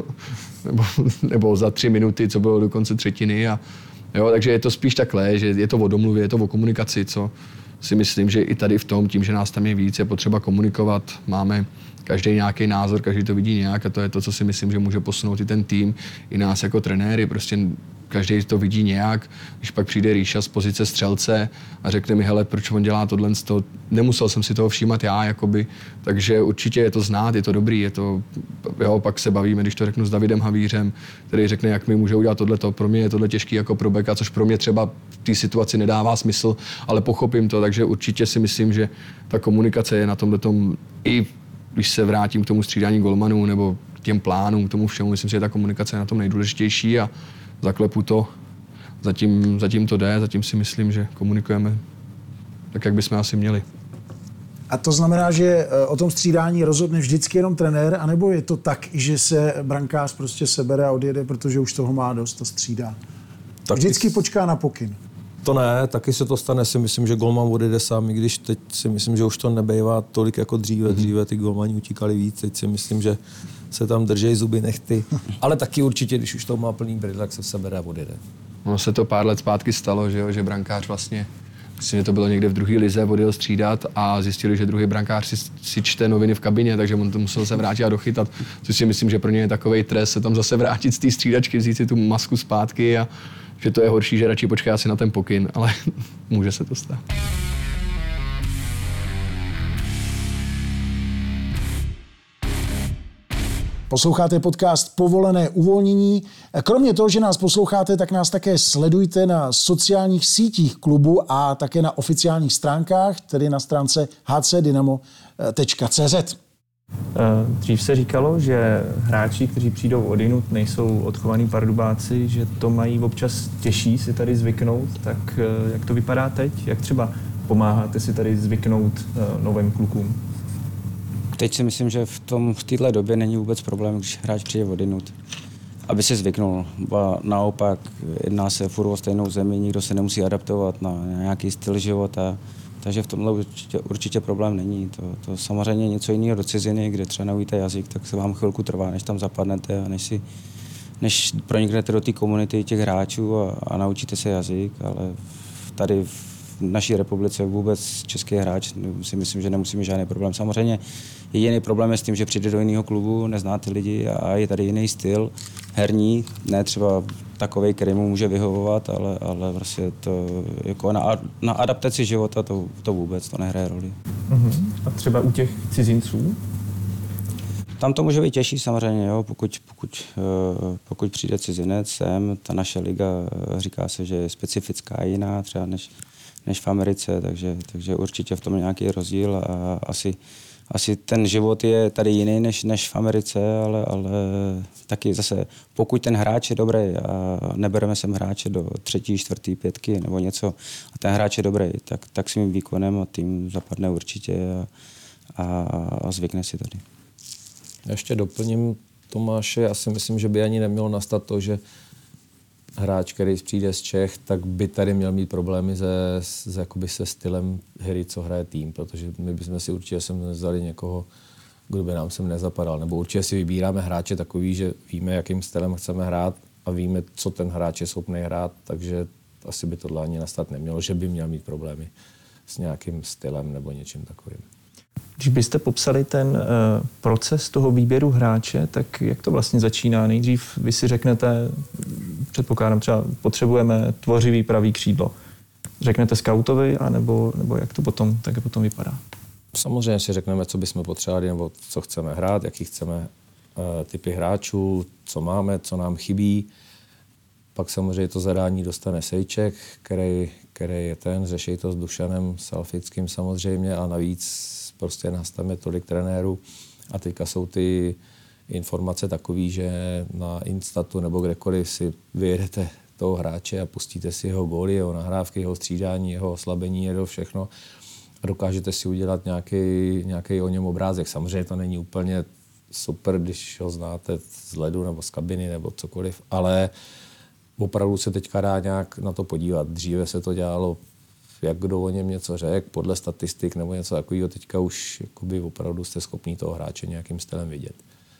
nebo za 3 minuty, co bylo do konce třetiny. Takže je to spíš takhle, že je to o domluvě, je to o komunikaci, co si myslím, že i tady v tom, tím, že nás tam je víc, je potřeba komunikovat, máme každý nějaký názor, každý to vidí nějak a to je to, co si myslím, že může posunout i ten tým, i nás jako trenéry, prostě každý to vidí nějak, když pak přijde Ríša z pozice střelce a řekne mi, hele, proč on dělá tohle, nemusel jsem si toho všímat já, jakoby, takže určitě je to znát, je to dobrý, pak se bavíme, když to řeknu s Davidem Havířem, který řekne, jak mi může udělat tohleto, pro mě je tohle těžký jako pro beka, což pro mě třeba v té situaci nedává smysl, ale pochopím to, takže určitě si myslím, že ta komunikace je na tomhletom, i když se vrátím k tomu střídání golmanů nebo k těm plánům, k tomu všemu, myslím si, že ta komunikace je na tom nejdůležitější a zaklepu to, zatím to jde, zatím si myslím, že komunikujeme tak, jak bychom asi měli. A to znamená, že o tom střídání rozhodne vždycky jenom trenér, anebo je to tak, že se brankář prostě sebere a odjede, protože už toho má dost a střídá? Vždycky počká na pokyn. To ne, taky se to stane, si myslím, že golman odjede sám, i když teď si myslím, že už to nebejvá tolik jako dříve. Dříve ty golmani utíkali víc, teď si myslím, že se tam držej zuby nechty. Ale taky určitě, když už to má plný brýle, tak se sebere a odjede. No se to pár let zpátky stalo, že brankář vlastně, myslím, že to bylo někde v druhé lize, odjel střídat a zjistili, že druhý brankář si čte noviny v kabině, takže on to musel se vrátit a dochytat. Což si myslím, že pro ně je takovej trest se tam zase vrátit z té střídačky, vzít si tu masku zpátky a že to je horší, že radši počká si na ten pokyn, ale může se to stát. Posloucháte podcast Povolené uvolnění. Kromě toho, že nás posloucháte, tak nás také sledujte na sociálních sítích klubu a také na oficiálních stránkách, tedy na stránce hcdynamo.cz. Dřív se říkalo, že hráči, kteří přijdou odinut, nejsou odchovaní Pardubáci, že to mají občas těžší si tady zvyknout. Tak jak to vypadá teď? Jak třeba pomáháte si tady zvyknout novým klukům? Teď si myslím, že v této době není vůbec problém, když hráč přijde odinut, aby se zvyknul. Naopak jedná se furt o stejnou zemi, nikdo se nemusí adaptovat na nějaký styl života. Takže v tomhle určitě problém není. To samozřejmě něco jiného do ciziny, kde třeba neuvíte jazyk, tak se vám chvilku trvá, než tam zapadnete a než proniknete do té komunity těch hráčů a naučíte se jazyk, ale tady v naší republice vůbec český hráč si myslím, že nemusí mít žádný problém. Samozřejmě jediný problém je s tím, že přijde do jiného klubu, nezná ty lidi a je tady jiný styl herní, ne třeba takovej, který mu může vyhovovat, ale prostě to jako na adaptaci života to vůbec to nehraje roli. A třeba u těch cizinců? Tam to může být těžší samozřejmě, jo, pokud přijde cizinec sem, ta naše liga říká se, že je specifická jiná třeba než v Americe, takže určitě v tom je nějaký rozdíl a asi ten život je tady jiný než v Americe, ale taky zase, pokud ten hráč je dobrý a nebereme sem hráče do 3., 4., 5. nebo něco a ten hráč je dobrý, tak svým výkonem a tým zapadne určitě a zvykne si tady. Ještě doplním Tomáše, já si myslím, že by ani nemělo nastat to, že hráč, který přijde z Čech, tak by tady měl mít problémy se stylem hry, co hraje tým, protože my bychom si určitě sem vzali někoho, kdo by nám sem nezapadal. Nebo určitě si vybíráme hráče takový, že víme, jakým stylem chceme hrát a víme, co ten hráč je schopný hrát, takže asi by tohle ani nastat nemělo, že by měl mít problémy s nějakým stylem nebo něčím takovým. Když byste popsali ten proces toho výběru hráče, tak jak to vlastně začíná? Nejdřív vy si řeknete, předpokládám třeba potřebujeme tvořivý pravý křídlo. Řeknete skautovi, nebo jak to potom vypadá? Samozřejmě si řekneme, co bychom potřebovali, nebo co chceme hrát, jaký chceme typy hráčů, co máme, co nám chybí. Pak samozřejmě to zadání dostane Sejček, který je řeší to s Dušanem Salfickým samozřejmě a navíc prostě nás tam je tolik trenérů a teďka jsou ty informace takový, že na Instatu nebo kdekoliv si vyjedete toho hráče a pustíte si jeho góly, jeho nahrávky, jeho střídání, jeho oslabení, jeho všechno a dokážete si udělat nějaký o něm obrázek. Samozřejmě to není úplně super, když ho znáte z ledu nebo z kabiny nebo cokoliv, ale opravdu se teďka dá nějak na to podívat. Dříve se to dělalo, jak kdo o něm něco řekl, podle statistik nebo něco takového. Teďka už jakoby opravdu jste schopný toho hráče nějakým stylem vidět.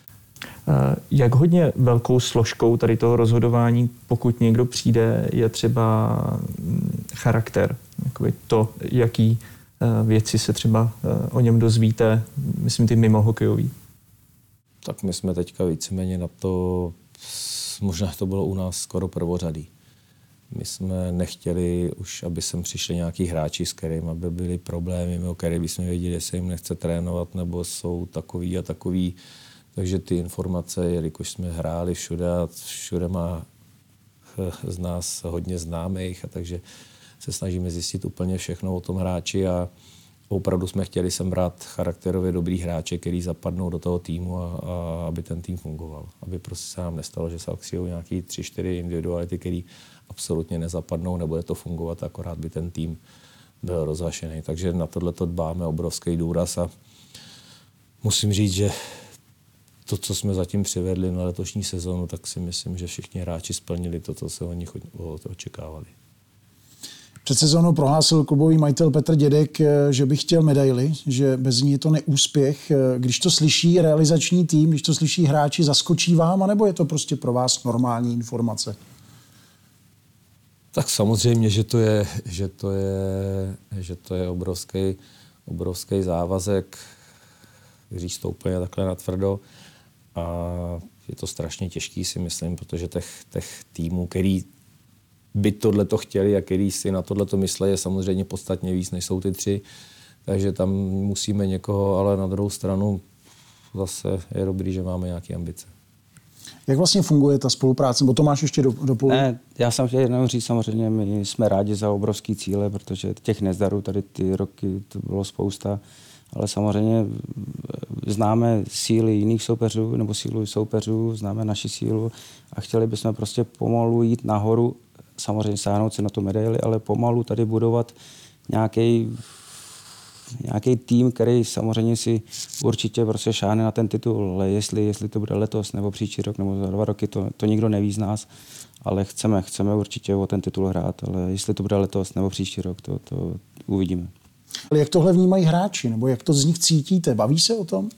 Jak hodně velkou složkou tady toho rozhodování, pokud někdo přijde, je třeba charakter? Jakoby to, jaký věci se třeba o něm dozvíte, myslím ty mimo hokejový. Tak my jsme teďka víceméně na to, možná to bylo u nás skoro prvořadý. My jsme nechtěli už, aby sem přišli nějaký hráči, s kterými by byly problémy, o kterých bychom věděli, jestli jim nechce trénovat, nebo jsou takový a takový. Takže ty informace, jelikož jsme hráli všude a všude má z nás hodně známých, a takže se snažíme zjistit úplně všechno o tom hráči a opravdu jsme chtěli sem brát charakterově dobrý hráče, který zapadnou do toho týmu a aby ten tým fungoval. Aby prostě se nám nestalo, že se akcijou nějaký 3-4 individuality, který absolutně nezapadnou, nebude to fungovat, akorát by ten tým byl rozhašený. Takže na tohleto dbáme obrovský důraz a musím říct, že to, co jsme zatím přivedli na letošní sezonu, tak si myslím, že všichni hráči splnili to, co se od nich očekávali. Před sezónou prohlásil klubový majitel Petr Dědek, že by chtěl medaili, že bez ní je to neúspěch. Když to slyší realizační tým, když to slyší hráči, zaskočí vám, anebo je to prostě pro vás normální informace? Tak samozřejmě, že to je obrovský závazek, říct to úplně takhle natvrdo. A je to strašně těžký, si myslím, protože těch týmů, který by tohleto chtěli a který si na tohleto myslí, je samozřejmě podstatně víc, než jsou ty 3. Takže tam musíme někoho, ale na druhou stranu zase je dobrý, že máme nějaké ambice. Jak vlastně funguje ta spolupráce? Bo to máš ještě doplnit? Ne, já jsem chtěl jenom říct, samozřejmě my jsme rádi za obrovský cíle, protože těch nezdarů tady ty roky to bylo spousta, ale samozřejmě známe síly jiných soupeřů nebo sílu soupeřů, známe naši sílu a chtěli bychom prostě pomalu jít nahoru, samozřejmě sáhnout se na tu medaili, ale pomalu tady budovat nějaký tým, který samozřejmě si určitě prostě šáhne na ten titul, ale jestli to bude letos nebo příští rok nebo za 2 roky, to nikdo neví z nás, ale chceme určitě o ten titul hrát, ale jestli to bude letos nebo příští rok, to uvidíme. Ale jak tohle vnímají hráči, nebo jak to z nich cítíte? Baví se o tom?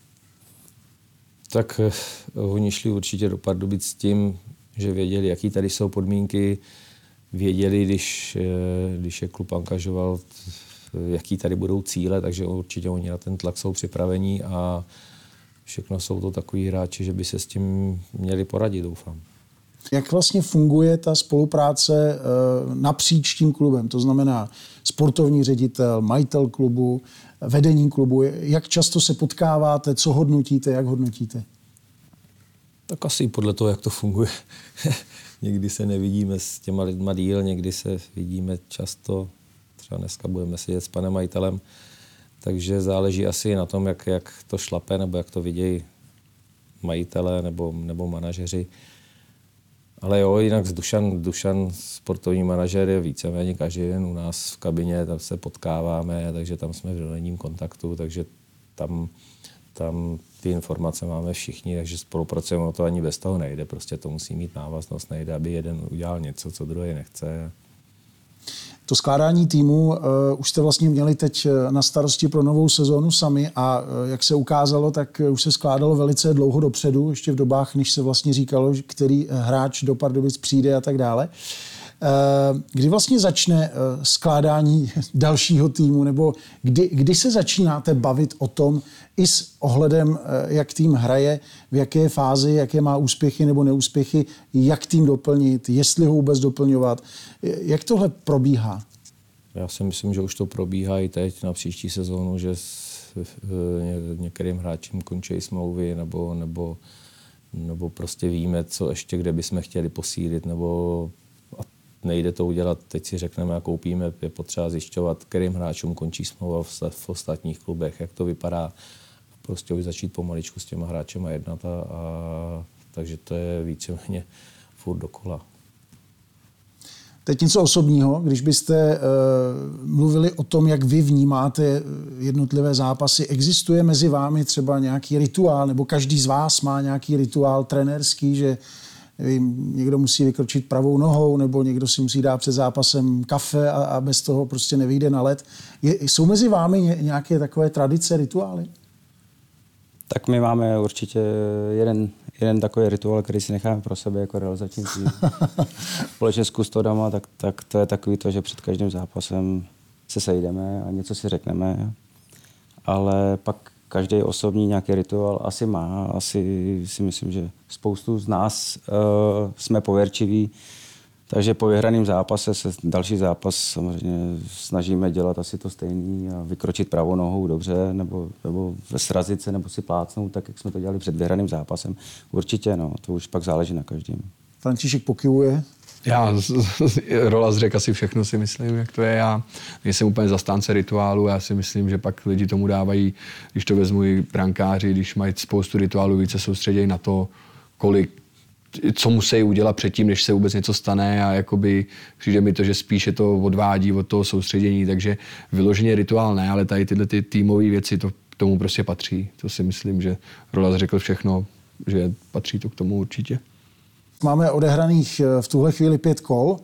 Tak oni šli určitě do Pardubic s tím, že věděli, jaký tady jsou podmínky, věděli, když je klub angažoval, jaký tady budou cíle, takže určitě oni na ten tlak jsou připravení a všechno jsou to takový hráči, že by se s tím měli poradit, doufám. Jak vlastně funguje ta spolupráce napříč tím klubem? To znamená sportovní ředitel, majitel klubu, vedení klubu. Jak často se potkáváte, co hodnotíte, jak hodnotíte? Tak asi podle toho, jak to funguje. Někdy se nevidíme s těma lidma díl, někdy se vidíme často. Třeba dneska budeme sedět s panem majitelem, takže záleží asi na tom, jak to šlape, nebo jak to vidějí majitele nebo manažeři. Ale jo, jinak Dušan, sportovní manažer, je víceméně každý den u nás v kabině, tam se potkáváme, takže tam jsme v denním kontaktu, takže tam ty informace máme všichni, takže spolupracujeme, to ani bez toho nejde, prostě to musí mít návaznost, nejde, aby jeden udělal něco, co druhý nechce. To skládání týmu už jste vlastně měli teď na starosti pro novou sezónu sami a jak se ukázalo, tak už se skládalo velice dlouho dopředu, ještě v dobách, než se vlastně říkalo, který hráč do Pardubic přijde a tak dále. Kdy vlastně začne skládání dalšího týmu, nebo kdy se začínáte bavit o tom i s ohledem, jak tým hraje, v jaké fázi, jaké má úspěchy nebo neúspěchy, jak tým doplnit, jestli ho vůbec doplňovat. Jak tohle probíhá? Já si myslím, že už to probíhá i teď na příští sezónu, že s některým hráčům končí smlouvy nebo prostě víme, co ještě, kde bychom chtěli posílit, nebo nejde to udělat, teď si řekneme a koupíme, je potřeba zjišťovat, kterým hráčům končí smlouva v ostatních klubech, jak to vypadá. Prostě už začít pomaličku s těma hráčema jednat takže to je víceméně furt dokola. Teď něco osobního, když byste mluvili o tom, jak vy vnímáte jednotlivé zápasy, existuje mezi vámi třeba nějaký rituál, nebo každý z vás má nějaký rituál trenérský, že někdo musí vykročit pravou nohou, nebo někdo si musí dát před zápasem kafe a bez toho prostě nevyjde na led. Jsou mezi vámi nějaké takové tradice, rituály? Tak my máme určitě jeden takový rituál, který si necháme pro sebe jako realizační cíl. Společně s kustodama, tak to je takový to, že před každým zápasem se sejdeme a něco si řekneme. Ale pak každý osobní nějaký rituál asi má. Asi si myslím, že spoustu z nás jsme pověrčiví. Takže po vyhraném zápase se další zápas samozřejmě snažíme dělat asi to stejný a vykročit pravou nohou dobře, nebo srazit se, nebo si plácnout, tak jak jsme to dělali před vyhraným zápasem. Určitě, no, to už pak záleží na každém. František pokyvuje. Já, Rolas řekl asi všechno, si myslím, jak to je. Já nejsem úplně zastánce rituálu, já si myslím, že pak lidi tomu dávají, když to vezmu i brankáři, když mají spoustu rituálů, více soustředějí na to, co musí udělat předtím, než se vůbec něco stane a jakoby přijde mi to, že spíše to odvádí od toho soustředění, takže vyloženě rituál ne, ale tady tyhle ty týmové věci to k tomu prostě patří. To si myslím, že Rolas řekl všechno, že patří to k tomu určitě. Máme odehraných v tuhle chvíli 5 kol.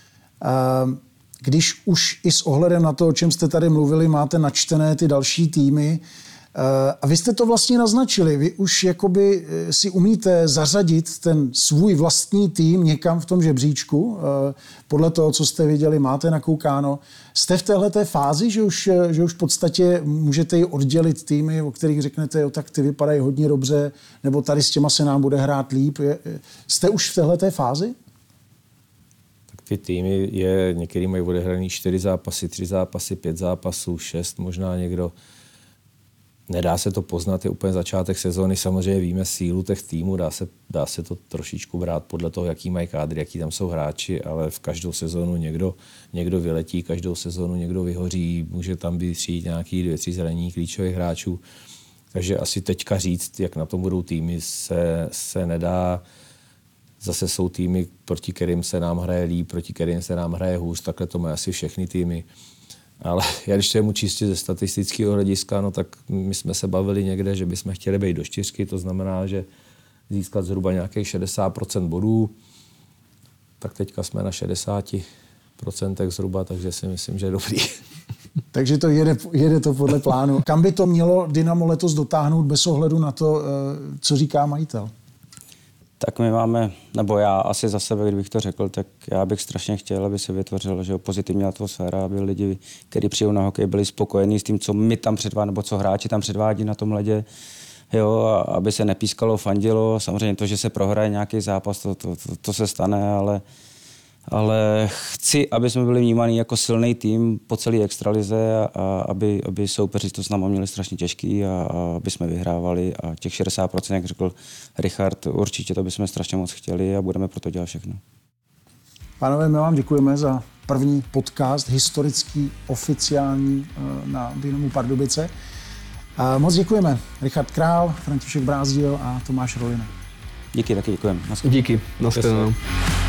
Když už i s ohledem na to, o čem jste tady mluvili, máte načtené ty další týmy, a vy jste to vlastně naznačili. Vy už jakoby si umíte zařadit ten svůj vlastní tým někam v tom žebříčku. Podle toho, co jste viděli, máte nakoukáno. Jste v téhleté fázi, že už v podstatě můžete i oddělit týmy, o kterých řeknete, jo, tak ty vypadají hodně dobře, nebo tady s těma se nám bude hrát líp. Jste už v téhleté fázi? Tak ty týmy některý mají odehraný 4 zápasy, 3 zápasy, 5 zápasů, 6 možná někdo. Nedá se to poznat, je úplně začátek sezóny, samozřejmě víme sílu těch týmů, dá se to trošičku brát podle toho, jaký mají kádry, jaký tam jsou hráči, ale v každou sezónu někdo vyletí, každou sezónu někdo vyhoří, může tam přijít nějaký 2-3 zranění klíčových hráčů. Takže asi teďka říct, jak na tom budou týmy, se nedá. Zase jsou týmy, proti kterým se nám hraje líp, proti kterým se nám hraje hůř, takhle to mají asi všechny týmy. Ale já když to jemu čistě ze statistického hlediska, no tak my jsme se bavili někde, že bychom chtěli být do 4, to znamená, že získat zhruba nějakých 60% bodů. Tak teďka jsme na 60% zhruba, takže si myslím, že je dobrý. Takže to jede to podle plánu. Kam by to mělo Dynamo letos dotáhnout bez ohledu na to, co říká majitel? Tak my máme, nebo já asi za sebe, kdybych to řekl, tak já bych strašně chtěl, aby se vytvořila, že pozitivní atmosféra, aby lidi, kteří přijdou na hokej, byli spokojení s tím, co my tam předvádíme, nebo co hráči tam předvádí na tom ledě, jo, aby se nepískalo, fandilo. Samozřejmě to, že se prohraje nějaký zápas, to se stane, ale chci, aby jsme byli vnímaní jako silný tým po celé extralize a aby soupeři to s námi měli strašně těžký a aby jsme vyhrávali a těch 60%, jak řekl Richard, určitě to bychom strašně moc chtěli a budeme pro to dělat všechno. Pánové, my vám děkujeme za první podcast, historický, oficiální na Dynamu Pardubice. Moc děkujeme. Richard Král, František Brázdil a Tomáš Rolina. Díky, taky děkujeme. Díky. Nashledanou.